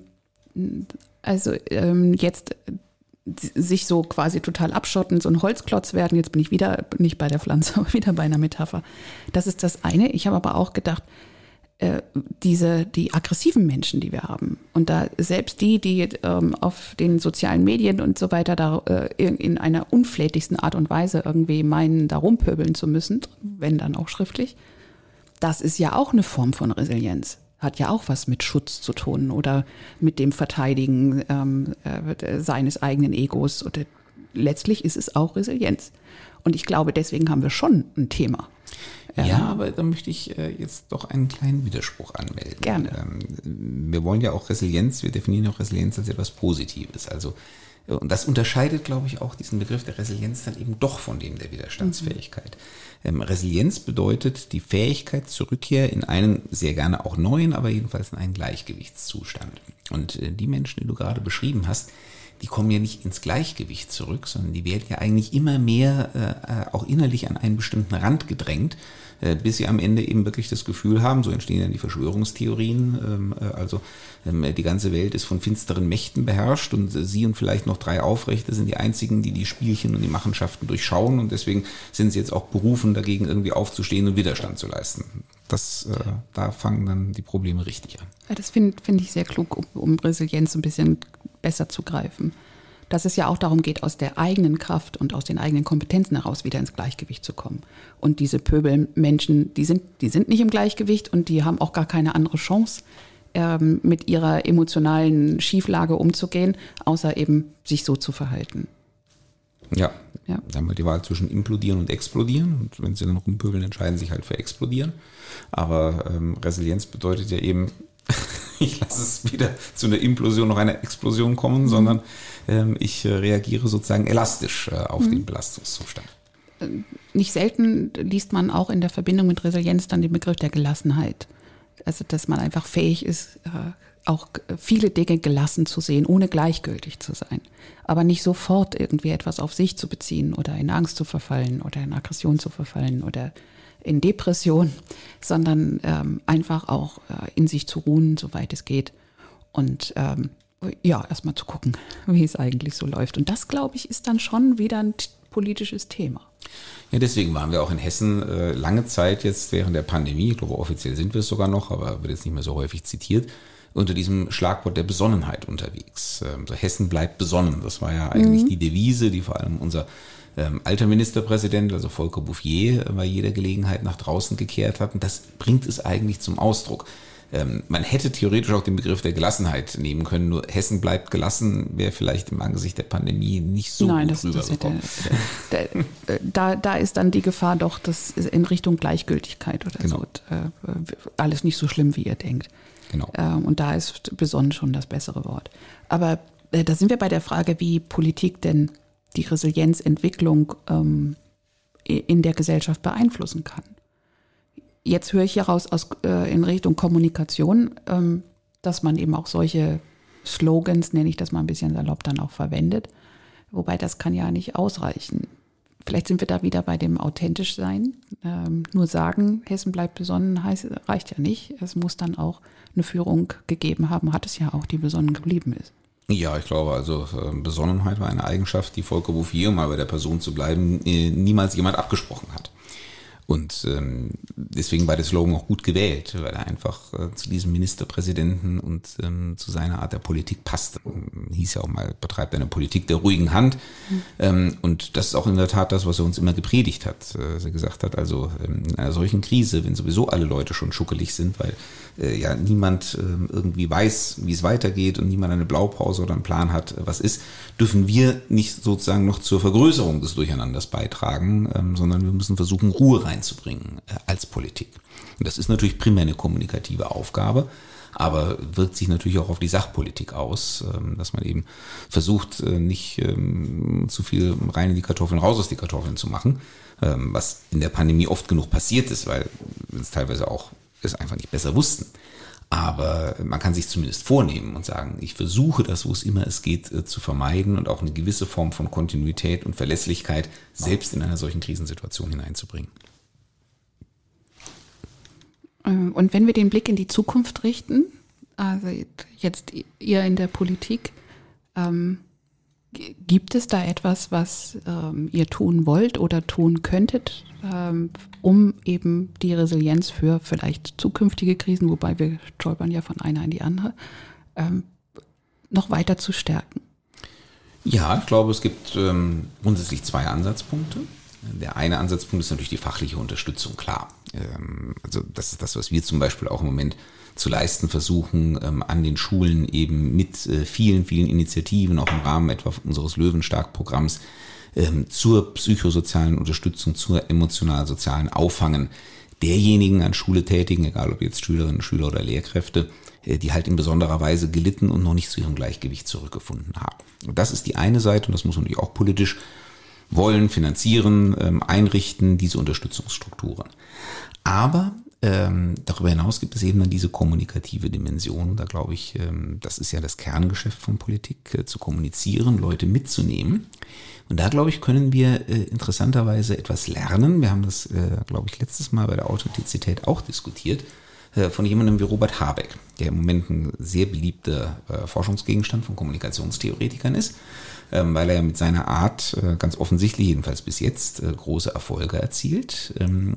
jetzt sich so quasi total abschotten, so ein Holzklotz werden, jetzt bin ich wieder nicht bei der Pflanze, aber wieder bei einer Metapher. Das ist das eine. Ich habe aber auch gedacht, die aggressiven Menschen, die wir haben, und da selbst die auf den sozialen Medien und so weiter da in einer unflätigsten Art und Weise irgendwie meinen, da rumpöbeln zu müssen, wenn dann auch schriftlich, das ist ja auch eine Form von Resilienz. Hat ja auch was mit Schutz zu tun oder mit dem Verteidigen seines eigenen Egos. Oder letztlich ist es auch Resilienz. Und ich glaube, deswegen haben wir schon ein Thema. Ja, aber da möchte ich jetzt doch einen kleinen Widerspruch anmelden. Gerne. Wir wollen ja auch Resilienz, wir definieren auch Resilienz als etwas Positives. Also, und das unterscheidet, glaube ich, auch diesen Begriff der Resilienz dann eben doch von dem der Widerstandsfähigkeit. Resilienz bedeutet die Fähigkeit zur Rückkehr in einen sehr gerne auch neuen, aber jedenfalls in einen Gleichgewichtszustand. Und die Menschen, die du gerade beschrieben hast, die kommen ja nicht ins Gleichgewicht zurück, sondern die werden ja eigentlich immer mehr auch innerlich an einen bestimmten Rand gedrängt, bis sie am Ende eben wirklich das Gefühl haben, so entstehen dann die Verschwörungstheorien, die ganze Welt ist von finsteren Mächten beherrscht und sie und vielleicht noch 3 Aufrechte sind die einzigen, die die Spielchen und die Machenschaften durchschauen, und deswegen sind sie jetzt auch berufen, dagegen irgendwie aufzustehen und Widerstand zu leisten. Da fangen dann die Probleme richtig an. Ja, das finde ich sehr klug, um Resilienz ein bisschen besser zu greifen. Dass es ja auch darum geht, aus der eigenen Kraft und aus den eigenen Kompetenzen heraus wieder ins Gleichgewicht zu kommen. Und diese Pöbelmenschen, die sind nicht im Gleichgewicht und die haben auch gar keine andere Chance, mit ihrer emotionalen Schieflage umzugehen, außer eben sich so zu verhalten. Ja. Da haben wir die Wahl zwischen implodieren und explodieren. Und wenn sie dann rumpöbeln, entscheiden sie sich halt für explodieren. Aber Resilienz bedeutet ja eben, ich lasse es wieder zu einer Implosion, noch einer Explosion kommen, sondern ich reagiere sozusagen elastisch auf den Belastungszustand. Nicht selten liest man auch in der Verbindung mit Resilienz dann den Begriff der Gelassenheit. Also, dass man einfach fähig ist, auch viele Dinge gelassen zu sehen, ohne gleichgültig zu sein. Aber nicht sofort irgendwie etwas auf sich zu beziehen oder in Angst zu verfallen oder in Aggression zu verfallen oder in Depression, sondern einfach auch in sich zu ruhen, soweit es geht. Und erstmal zu gucken, wie es eigentlich so läuft. Und das, glaube ich, ist dann schon wieder ein politisches Thema. Ja, deswegen waren wir auch in Hessen lange Zeit jetzt während der Pandemie, ich glaube offiziell sind wir es sogar noch, aber wird jetzt nicht mehr so häufig zitiert, unter diesem Schlagwort der Besonnenheit unterwegs. Hessen bleibt besonnen. Das war ja eigentlich die Devise, die vor allem unser alter Ministerpräsident, also Volker Bouffier, bei jeder Gelegenheit nach draußen gekehrt hat. Und das bringt es eigentlich zum Ausdruck. Man hätte theoretisch auch den Begriff der Gelassenheit nehmen können, nur Hessen bleibt gelassen, wäre vielleicht im Angesicht der Pandemie nicht so gut rübergekommen. Da ist dann die Gefahr doch, dass in Richtung Gleichgültigkeit oder so alles nicht so schlimm, wie ihr denkt. Genau. Und da ist besonnen schon das bessere Wort. Aber da sind wir bei der Frage, wie Politik denn die Resilienzentwicklung in der Gesellschaft beeinflussen kann. Jetzt höre ich hieraus in Richtung Kommunikation, dass man eben auch solche Slogans, nenne ich das mal ein bisschen salopp, dann auch verwendet. Wobei das kann ja nicht ausreichen. Vielleicht sind wir da wieder bei dem authentisch sein. Nur sagen, Hessen bleibt besonnen, reicht ja nicht. Es muss dann auch eine Führung gegeben haben, hat es ja auch, die besonnen geblieben ist. Ja, ich glaube, also Besonnenheit war eine Eigenschaft, die Volker Bouffier, um mal bei der Person zu bleiben, niemals jemand abgesprochen hat. Und deswegen war der Slogan auch gut gewählt, weil er einfach zu diesem Ministerpräsidenten und zu seiner Art der Politik passte. Hieß ja auch mal, betreibt eine Politik der ruhigen Hand. Und das ist auch in der Tat das, was er uns immer gepredigt hat. Dass er gesagt hat, also in einer solchen Krise, wenn sowieso alle Leute schon schuckelig sind, weil ja niemand irgendwie weiß, wie es weitergeht und niemand eine Blaupause oder einen Plan hat, was ist, dürfen wir nicht sozusagen noch zur Vergrößerung des Durcheinanders beitragen, sondern wir müssen versuchen, Ruhe reinzubringen als Politik. Und das ist natürlich primär eine kommunikative Aufgabe, aber wirkt sich natürlich auch auf die Sachpolitik aus, dass man eben versucht, nicht zu viel rein in die Kartoffeln, raus aus die Kartoffeln zu machen, was in der Pandemie oft genug passiert ist, weil es teilweise auch es einfach nicht besser wussten. Aber man kann sich zumindest vornehmen und sagen, ich versuche das, wo es immer es geht, zu vermeiden und auch eine gewisse Form von Kontinuität und Verlässlichkeit selbst in einer solchen Krisensituation hineinzubringen. Und wenn wir den Blick in die Zukunft richten, also jetzt ihr in der Politik, gibt es da etwas, was ihr tun wollt oder tun könntet, um eben die Resilienz für vielleicht zukünftige Krisen, wobei wir stolpern ja von einer in die andere, noch weiter zu stärken? Ja, ich glaube, es gibt grundsätzlich zwei Ansatzpunkte. Der eine Ansatzpunkt ist natürlich die fachliche Unterstützung, klar. Also das ist das, was wir zum Beispiel auch im Moment zu leisten versuchen, an den Schulen eben mit vielen, vielen Initiativen, auch im Rahmen etwa unseres Löwenstark-Programms, zur psychosozialen Unterstützung, zur emotional-sozialen Auffangen derjenigen an Schule tätigen, egal ob jetzt Schülerinnen, Schüler oder Lehrkräfte, die halt in besonderer Weise gelitten und noch nicht zu ihrem Gleichgewicht zurückgefunden haben. Und das ist die eine Seite und das muss man natürlich auch politisch wollen, finanzieren, einrichten, diese Unterstützungsstrukturen. Aber darüber hinaus gibt es eben dann diese kommunikative Dimension. Da glaube ich, das ist ja das Kerngeschäft von Politik, zu kommunizieren, Leute mitzunehmen. Und da, glaube ich, können wir interessanterweise etwas lernen. Wir haben das, glaube ich, letztes Mal bei der Authentizität auch diskutiert, von jemandem wie Robert Habeck, der im Moment ein sehr beliebter Forschungsgegenstand von Kommunikationstheoretikern ist, weil er mit seiner Art ganz offensichtlich, jedenfalls bis jetzt, große Erfolge erzielt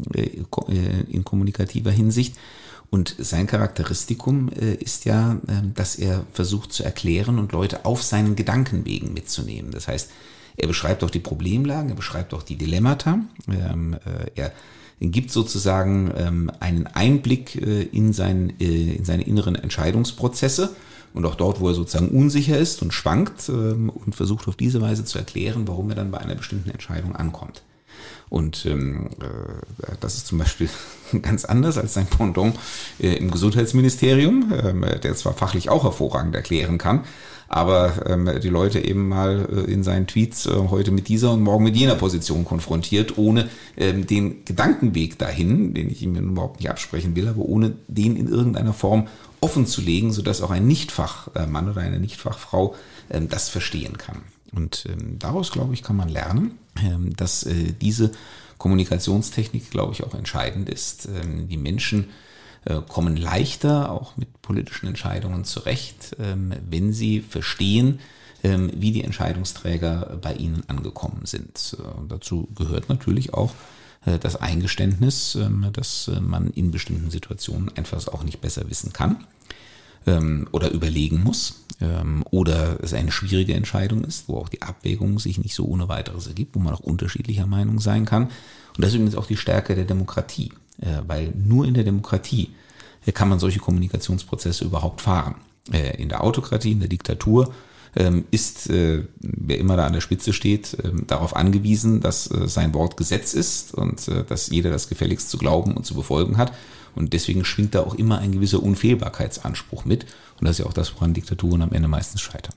in kommunikativer Hinsicht. Und sein Charakteristikum ist ja, dass er versucht zu erklären und Leute auf seinen Gedankenwegen mitzunehmen. Das heißt, er beschreibt auch die Problemlagen, er beschreibt auch die Dilemmata, er gibt sozusagen einen Einblick in seine inneren Entscheidungsprozesse und auch dort, wo er sozusagen unsicher ist und schwankt und versucht auf diese Weise zu erklären, warum er dann bei einer bestimmten Entscheidung ankommt. Und das ist zum Beispiel ganz anders als sein Pendant im Gesundheitsministerium, der zwar fachlich auch hervorragend erklären kann, aber die Leute eben mal in seinen Tweets heute mit dieser und morgen mit jener Position konfrontiert, ohne den Gedankenweg dahin, den ich ihm überhaupt nicht absprechen will, aber ohne den in irgendeiner Form offen zu legen, sodass auch ein Nichtfachmann oder eine Nichtfachfrau das verstehen kann. Und daraus, glaube ich, kann man lernen, dass diese Kommunikationstechnik, glaube ich, auch entscheidend ist. Die Menschen kommen leichter auch mit politischen Entscheidungen zurecht, wenn sie verstehen, wie die Entscheidungsträger bei ihnen angekommen sind. Und dazu gehört natürlich auch das Eingeständnis, dass man in bestimmten Situationen einfach auch nicht besser wissen kann. oder überlegen muss. Oder es eine schwierige Entscheidung ist, wo auch die Abwägung sich nicht so ohne weiteres ergibt, wo man auch unterschiedlicher Meinung sein kann. Und das ist übrigens auch die Stärke der Demokratie, weil nur in der Demokratie kann man solche Kommunikationsprozesse überhaupt fahren. In der Autokratie, in der Diktatur ist, wer immer da an der Spitze steht, darauf angewiesen, dass sein Wort Gesetz ist und dass jeder das gefälligst zu glauben und zu befolgen hat. Und deswegen schwingt da auch immer ein gewisser Unfehlbarkeitsanspruch mit. Und das ist ja auch das, woran Diktaturen am Ende meistens scheitern.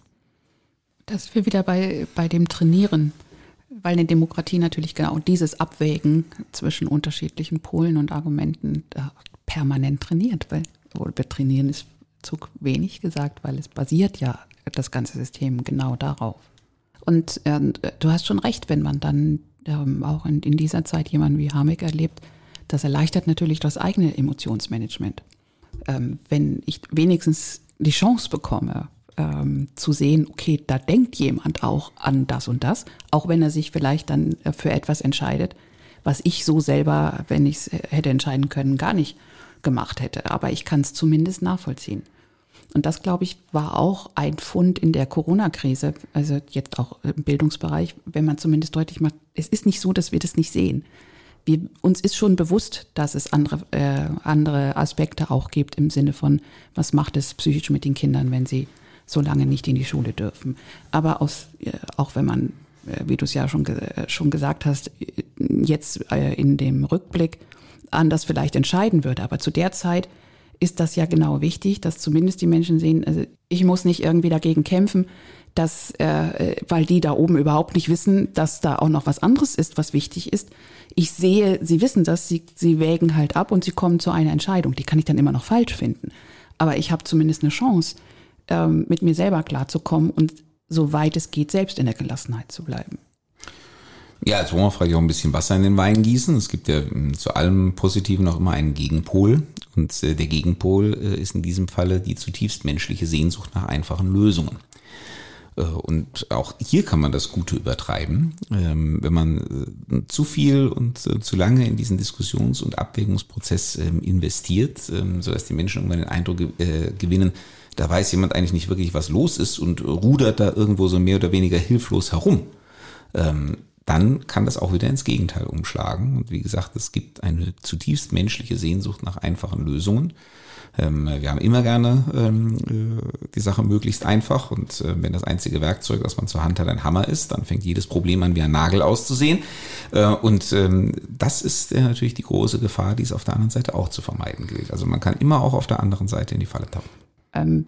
Das sind wir wieder bei dem Trainieren, weil eine Demokratie natürlich genau dieses Abwägen zwischen unterschiedlichen Polen und Argumenten permanent trainiert. Weil trainieren ist zu wenig gesagt, weil es basiert ja das ganze System genau darauf. Und du hast schon recht, wenn man dann auch in dieser Zeit jemanden wie Hamek erlebt, das erleichtert natürlich das eigene Emotionsmanagement. Wenn ich wenigstens die Chance bekomme, zu sehen, okay, da denkt jemand auch an das und das, auch wenn er sich vielleicht dann für etwas entscheidet, was ich so selber, wenn ich es hätte entscheiden können, gar nicht gemacht hätte. Aber ich kann es zumindest nachvollziehen. Und das, glaube ich, war auch ein Fund in der Corona-Krise, also jetzt auch im Bildungsbereich, wenn man zumindest deutlich macht, es ist nicht so, dass wir das nicht sehen. Uns ist schon bewusst, dass es andere Aspekte auch gibt im Sinne von, was macht es psychisch mit den Kindern, wenn sie so lange nicht in die Schule dürfen. Aber auch wenn man, wie du es ja schon gesagt hast, jetzt in dem Rückblick anders vielleicht entscheiden würde. Aber zu der Zeit ist das ja genau wichtig, dass zumindest die Menschen sehen, also ich muss nicht irgendwie dagegen kämpfen, dass, weil die da oben überhaupt nicht wissen, dass da auch noch was anderes ist, was wichtig ist. Ich sehe, sie wissen das, sie wägen halt ab und sie kommen zu einer Entscheidung. Die kann ich dann immer noch falsch finden. Aber ich habe zumindest eine Chance, mit mir selber klarzukommen und soweit es geht, selbst in der Gelassenheit zu bleiben. Ja, jetzt wollen wir vielleicht auch ein bisschen Wasser in den Wein gießen. Es gibt ja zu allem Positiven auch immer einen Gegenpol. Und der Gegenpol ist in diesem Falle die zutiefst menschliche Sehnsucht nach einfachen Lösungen. Und auch hier kann man das Gute übertreiben, wenn man zu viel und zu lange in diesen Diskussions- und Abwägungsprozess investiert, sodass die Menschen irgendwann den Eindruck gewinnen, da weiß jemand eigentlich nicht wirklich, was los ist und rudert da irgendwo so mehr oder weniger hilflos herum. Dann kann das auch wieder ins Gegenteil umschlagen. Und wie gesagt, es gibt eine zutiefst menschliche Sehnsucht nach einfachen Lösungen. Wir haben immer gerne die Sache möglichst einfach und wenn das einzige Werkzeug, das man zur Hand hat, ein Hammer ist, dann fängt jedes Problem an, wie ein Nagel auszusehen. Und das ist natürlich die große Gefahr, die es auf der anderen Seite auch zu vermeiden gilt. Also man kann immer auch auf der anderen Seite in die Falle tappen.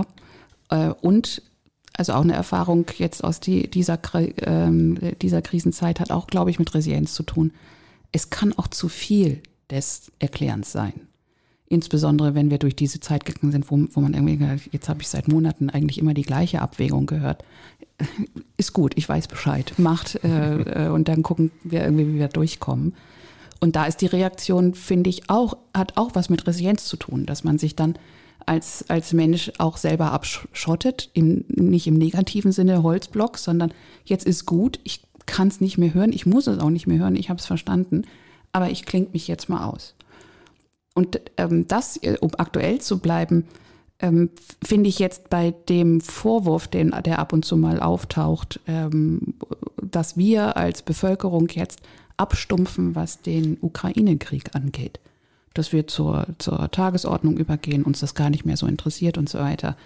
Und also auch eine Erfahrung jetzt aus dieser Krisenzeit hat auch, glaube ich, mit Resilienz zu tun. Es kann auch zu viel des Erklärens sein. Insbesondere, wenn wir durch diese Zeit gegangen sind, wo man irgendwie, jetzt habe ich seit Monaten eigentlich immer die gleiche Abwägung gehört. Ist gut, ich weiß Bescheid, macht und dann gucken wir irgendwie, wie wir durchkommen. Und da ist die Reaktion, finde ich, hat auch was mit Resilienz zu tun, dass man sich dann als Mensch auch selber abschottet, nicht im negativen Sinne Holzblock, sondern jetzt ist gut, ich kann es nicht mehr hören, ich muss es auch nicht mehr hören, ich habe es verstanden, aber ich klinge mich jetzt mal aus. Und das, um aktuell zu bleiben, finde ich jetzt bei dem Vorwurf, der ab und zu mal auftaucht, dass wir als Bevölkerung jetzt abstumpfen, was den Ukraine-Krieg angeht. Dass wir zur Tagesordnung übergehen, uns das gar nicht mehr so interessiert und so weiter.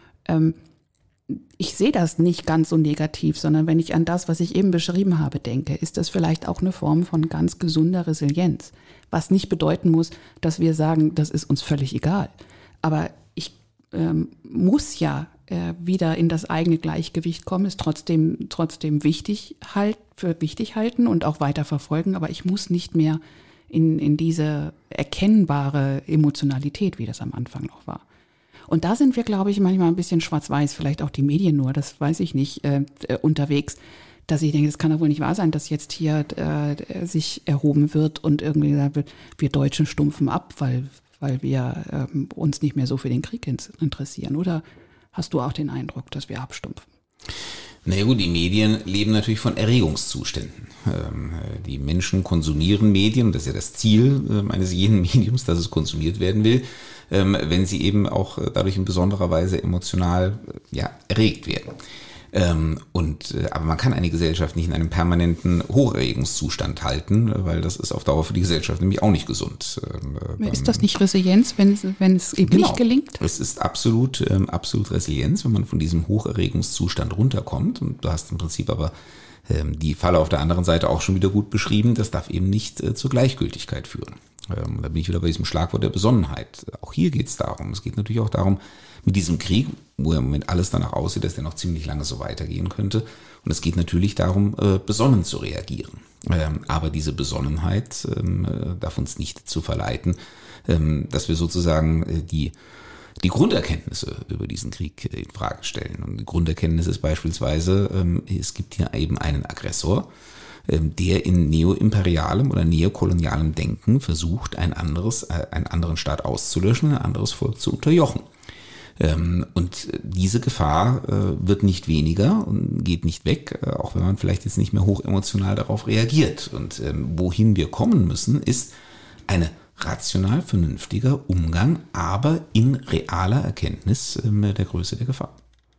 Ich sehe das nicht ganz so negativ, sondern wenn ich an das, was ich eben beschrieben habe, denke, ist das vielleicht auch eine Form von ganz gesunder Resilienz. Was nicht bedeuten muss, dass wir sagen, das ist uns völlig egal. Aber ich muss ja wieder in das eigene Gleichgewicht kommen, es trotzdem wichtig halten und auch weiter verfolgen. Aber ich muss nicht mehr in diese erkennbare Emotionalität, wie das am Anfang noch war. Und da sind wir, glaube ich, manchmal ein bisschen schwarz-weiß, vielleicht auch die Medien nur, das weiß ich nicht, unterwegs, dass ich denke, das kann doch wohl nicht wahr sein, dass jetzt hier sich erhoben wird und irgendwie gesagt wird, wir Deutschen stumpfen ab, weil wir uns nicht mehr so für den Krieg interessieren. Oder hast du auch den Eindruck, dass wir abstumpfen? Na ja gut, die Medien leben natürlich von Erregungszuständen. Die Menschen konsumieren Medien, das ist ja das Ziel eines jeden Mediums, dass es konsumiert werden will, wenn sie eben auch dadurch in besonderer Weise emotional erregt werden. Aber man kann eine Gesellschaft nicht in einem permanenten Hocherregungszustand halten, weil das ist auf Dauer für die Gesellschaft nämlich auch nicht gesund. Ist das nicht Resilienz, wenn es eben nicht gelingt? Es ist absolut Resilienz, wenn man von diesem Hocherregungszustand runterkommt. Und du hast im Prinzip aber die Falle auf der anderen Seite auch schon wieder gut beschrieben. Das darf eben nicht zur Gleichgültigkeit führen. Da bin ich wieder bei diesem Schlagwort der Besonnenheit. Auch hier geht es darum. Es geht natürlich auch darum, mit diesem Krieg, wo im Moment alles danach aussieht, dass der noch ziemlich lange so weitergehen könnte. Und es geht natürlich darum, besonnen zu reagieren. Aber diese Besonnenheit darf uns nicht dazu verleiten, dass wir sozusagen die Grunderkenntnisse über diesen Krieg in Frage stellen. Und die Grunderkenntnis ist beispielsweise, es gibt hier eben einen Aggressor, der in neoimperialem oder neokolonialem Denken versucht, einen anderen Staat auszulöschen, ein anderes Volk zu unterjochen. Und diese Gefahr wird nicht weniger und geht nicht weg, auch wenn man vielleicht jetzt nicht mehr hochemotional darauf reagiert. Und wohin wir kommen müssen, ist ein rational vernünftiger Umgang, aber in realer Erkenntnis der Größe der Gefahr.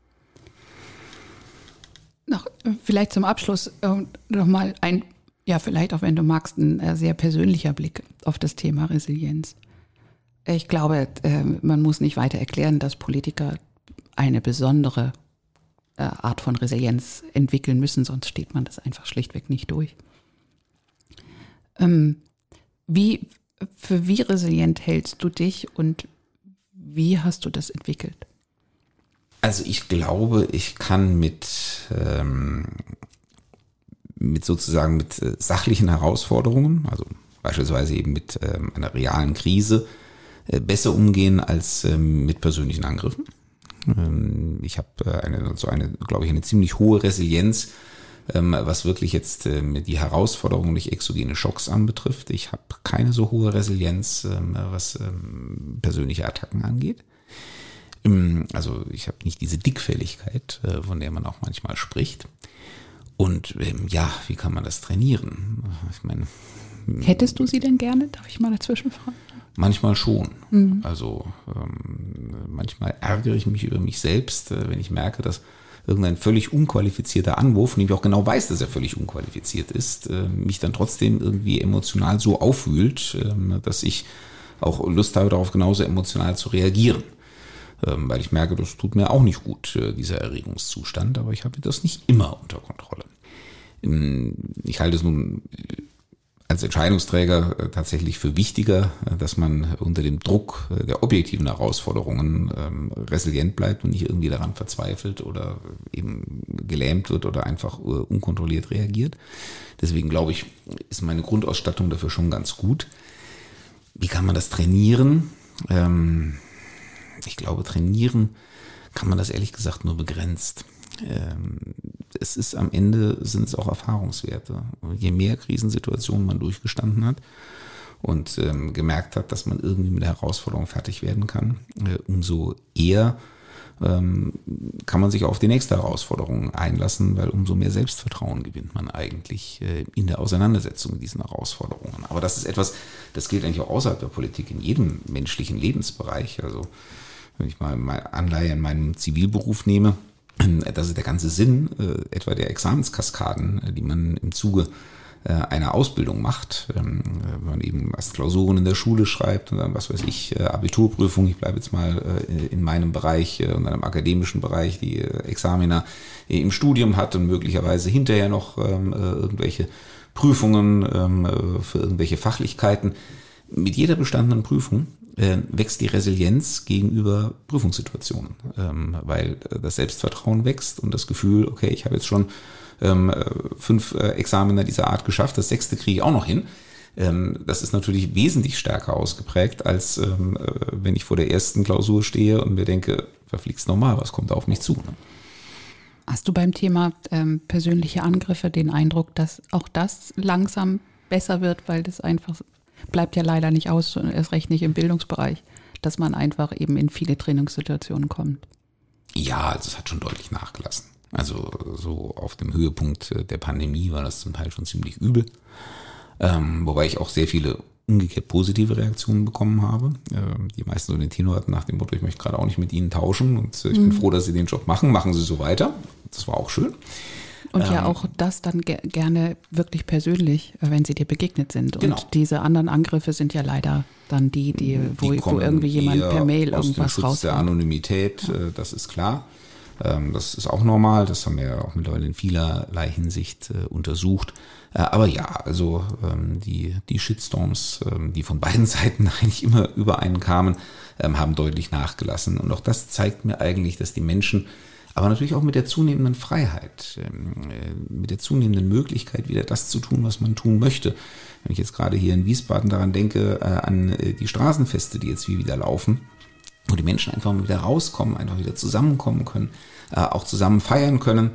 Noch vielleicht zum Abschluss nochmal vielleicht auch wenn du magst, ein sehr persönlicher Blick auf das Thema Resilienz. Ich glaube, man muss nicht weiter erklären, dass Politiker eine besondere Art von Resilienz entwickeln müssen, sonst steht man das einfach schlichtweg nicht durch. Für wie resilient hältst du dich und wie hast du das entwickelt? Also ich glaube, ich kann mit sachlichen Herausforderungen, also beispielsweise eben mit einer realen Krise, besser umgehen als mit persönlichen Angriffen. Ich habe eine ziemlich hohe Resilienz, was wirklich jetzt die Herausforderungen durch exogene Schocks anbetrifft. Ich habe keine so hohe Resilienz, was persönliche Attacken angeht. Also ich habe nicht diese Dickfälligkeit, von der man auch manchmal spricht. Und wie kann man das trainieren? Ich meine, hättest du sie denn gerne? Darf ich mal dazwischen fragen? Manchmal schon. Also manchmal ärgere ich mich über mich selbst, wenn ich merke, dass irgendein völlig unqualifizierter Anwurf, von dem ich auch genau weiß, dass er völlig unqualifiziert ist, mich dann trotzdem irgendwie emotional so aufwühlt, dass ich auch Lust habe, darauf genauso emotional zu reagieren. Weil ich merke, das tut mir auch nicht gut, dieser Erregungszustand, aber ich habe das nicht immer unter Kontrolle. Ich halte es nun als Entscheidungsträger tatsächlich für wichtiger, dass man unter dem Druck der objektiven Herausforderungen resilient bleibt und nicht irgendwie daran verzweifelt oder eben gelähmt wird oder einfach unkontrolliert reagiert. Deswegen glaube ich, ist meine Grundausstattung dafür schon ganz gut. Wie kann man das trainieren? Ich glaube, trainieren kann man das ehrlich gesagt nur begrenzt. Es ist am Ende, sind es auch Erfahrungswerte. Je mehr Krisensituationen man durchgestanden hat und gemerkt hat, dass man irgendwie mit der Herausforderung fertig werden kann, umso eher kann man sich auf die nächste Herausforderung einlassen, weil umso mehr Selbstvertrauen gewinnt man eigentlich in der Auseinandersetzung mit diesen Herausforderungen. Aber das ist etwas, das gilt eigentlich auch außerhalb der Politik, in jedem menschlichen Lebensbereich. Also wenn ich mal Anleihe in meinem Zivilberuf nehme, das ist der ganze Sinn etwa der Examenskaskaden, die man im Zuge einer Ausbildung macht, wenn man eben erst Klausuren in der Schule schreibt und dann, was weiß ich, Abiturprüfung, ich bleibe jetzt mal in meinem Bereich und einem akademischen Bereich, die Examina im Studium hat und möglicherweise hinterher noch irgendwelche Prüfungen für irgendwelche Fachlichkeiten. Mit jeder bestandenen Prüfung wächst die Resilienz gegenüber Prüfungssituationen, weil das Selbstvertrauen wächst und das Gefühl, okay, ich habe jetzt schon 5 Examina dieser Art geschafft, das 6. kriege ich auch noch hin. Das ist natürlich wesentlich stärker ausgeprägt, als wenn ich vor der ersten Klausur stehe und mir denke, verfliegt's normal, was kommt da auf mich zu? Ne? Hast du beim Thema persönliche Angriffe den Eindruck, dass auch das langsam besser wird, weil das einfach bleibt ja leider nicht aus, erst recht nicht im Bildungsbereich, dass man einfach eben in viele Trainingssituationen kommt? Ja, also es hat schon deutlich nachgelassen. Also so auf dem Höhepunkt der Pandemie war das zum Teil schon ziemlich übel. Wobei ich auch sehr viele umgekehrt positive Reaktionen bekommen habe. Die meisten so den Tenor hatten nach dem Motto, ich möchte gerade auch nicht mit Ihnen tauschen und ich bin froh, dass Sie den Job machen Sie so weiter. Das war auch schön. Und ja auch das dann gerne wirklich persönlich, wenn sie dir begegnet sind. Und diese anderen Angriffe sind ja leider dann wo irgendwie jemand per Mail irgendwas raushaut. Aus dem Schutz der Anonymität, das ist klar. Das ist auch normal, das haben wir ja auch mittlerweile in vielerlei Hinsicht untersucht. Aber ja, also die Shitstorms, die von beiden Seiten eigentlich immer über einen kamen, haben deutlich nachgelassen. Und auch das zeigt mir eigentlich, dass die Menschen, aber natürlich auch mit der zunehmenden Freiheit, mit der zunehmenden Möglichkeit, wieder das zu tun, was man tun möchte. Wenn ich jetzt gerade hier in Wiesbaden daran denke, an die Straßenfeste, die jetzt wieder laufen, wo die Menschen einfach mal wieder rauskommen, einfach wieder zusammenkommen können, auch zusammen feiern können.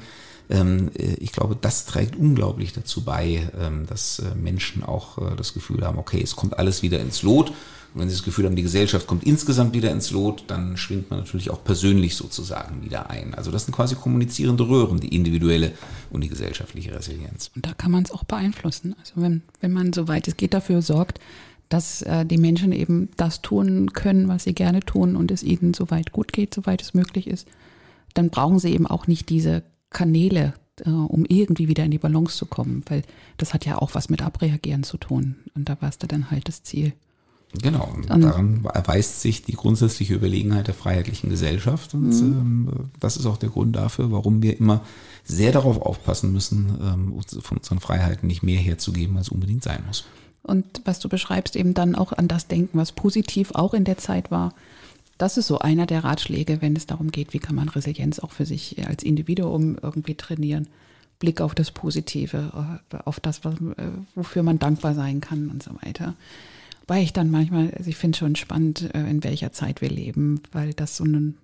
Ich glaube, das trägt unglaublich dazu bei, dass Menschen auch das Gefühl haben, okay, es kommt alles wieder ins Lot. Und wenn sie das Gefühl haben, die Gesellschaft kommt insgesamt wieder ins Lot, dann schwingt man natürlich auch persönlich sozusagen wieder ein. Also das sind quasi kommunizierende Röhren, die individuelle und die gesellschaftliche Resilienz. Und da kann man es auch beeinflussen. Also wenn man, soweit es geht, dafür sorgt, dass die Menschen eben das tun können, was sie gerne tun und es ihnen soweit gut geht, soweit es möglich ist, dann brauchen sie eben auch nicht diese Kanäle, um irgendwie wieder in die Balance zu kommen, weil das hat ja auch was mit Abreagieren zu tun und da warst du dann halt das Ziel. Genau, und daran erweist sich die grundsätzliche Überlegenheit der freiheitlichen Gesellschaft und das ist auch der Grund dafür, warum wir immer sehr darauf aufpassen müssen, von unseren Freiheiten nicht mehr herzugeben, als unbedingt sein muss. Und was du beschreibst, eben dann auch an das denken, was positiv auch in der Zeit war. Das ist so einer der Ratschläge, wenn es darum geht, wie kann man Resilienz auch für sich als Individuum irgendwie trainieren. Blick auf das Positive, auf das, wofür man dankbar sein kann und so weiter. Weil ich dann manchmal, also ich finde es schon spannend, in welcher Zeit wir leben, weil das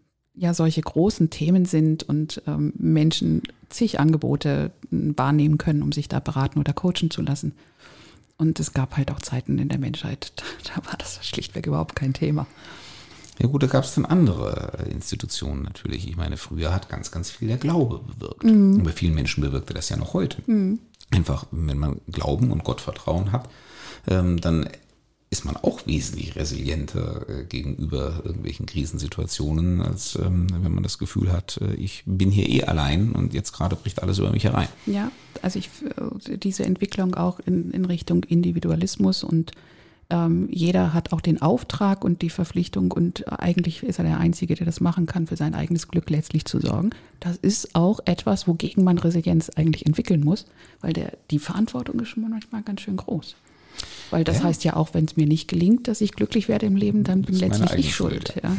solche großen Themen sind und Menschen zig Angebote wahrnehmen können, um sich da beraten oder coachen zu lassen. Und es gab halt auch Zeiten in der Menschheit, da war das schlichtweg überhaupt kein Thema. Ja gut, da gab es dann andere Institutionen natürlich. Ich meine, früher hat ganz, ganz viel der Glaube bewirkt. Und bei vielen Menschen bewirkt er das ja noch heute. Einfach, wenn man Glauben und Gottvertrauen hat, dann ist man auch wesentlich resilienter gegenüber irgendwelchen Krisensituationen, als wenn man das Gefühl hat, ich bin hier eh allein und jetzt gerade bricht alles über mich herein. Ja, also diese Entwicklung auch in Richtung Individualismus und jeder hat auch den Auftrag und die Verpflichtung und eigentlich ist er der Einzige, der das machen kann, für sein eigenes Glück letztlich zu sorgen. Das ist auch etwas, wogegen man Resilienz eigentlich entwickeln muss, weil die Verantwortung ist schon manchmal ganz schön groß. Weil das heißt ja auch, wenn es mir nicht gelingt, dass ich glücklich werde im Leben, dann bin letztlich ich schuld. Ja.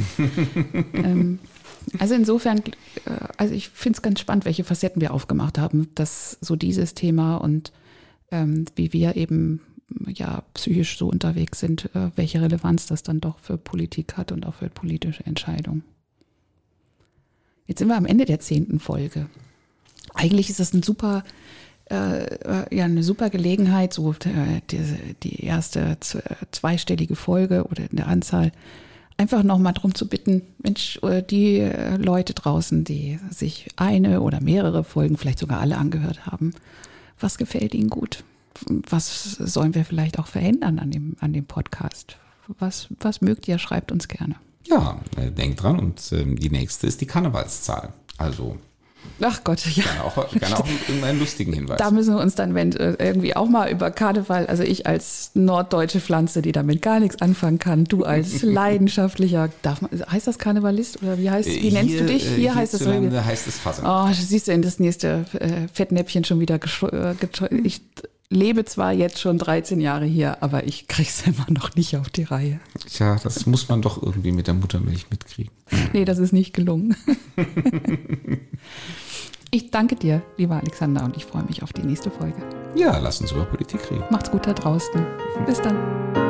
Also insofern, also ich finde es ganz spannend, welche Facetten wir aufgemacht haben, dass so dieses Thema und wie wir eben psychisch so unterwegs sind, welche Relevanz das dann doch für Politik hat und auch für politische Entscheidungen. Jetzt sind wir am Ende der 10. Folge. Eigentlich ist das eine super Gelegenheit, so die erste zweistellige Folge oder in der Anzahl, einfach nochmal darum zu bitten, Mensch, die Leute draußen, die sich eine oder mehrere Folgen, vielleicht sogar alle angehört haben, was gefällt ihnen gut? Was sollen wir vielleicht auch verändern an dem Podcast? Was mögt ihr? Schreibt uns gerne. Ja, denkt dran und die nächste ist die Karnevalszahl. Also ach Gott, ja. Gerne auch irgendeinen lustigen Hinweis. Da müssen wir uns dann irgendwie auch mal über Karneval, also ich als norddeutsche Pflanze, die damit gar nichts anfangen kann, du als leidenschaftlicher, heißt das Karnevalist oder wie nennst du dich? Hier heißt es Fassung. Oh, siehst du in das nächste Fettnäpfchen schon wieder ich lebe zwar jetzt schon 13 Jahre hier, aber ich krieg's immer noch nicht auf die Reihe. Tja, das muss man doch irgendwie mit der Muttermilch mitkriegen. Nee, das ist nicht gelungen. Ich danke dir, lieber Alexander, und ich freue mich auf die nächste Folge. Ja, lass uns über Politik reden. Macht's gut da draußen. Bis dann.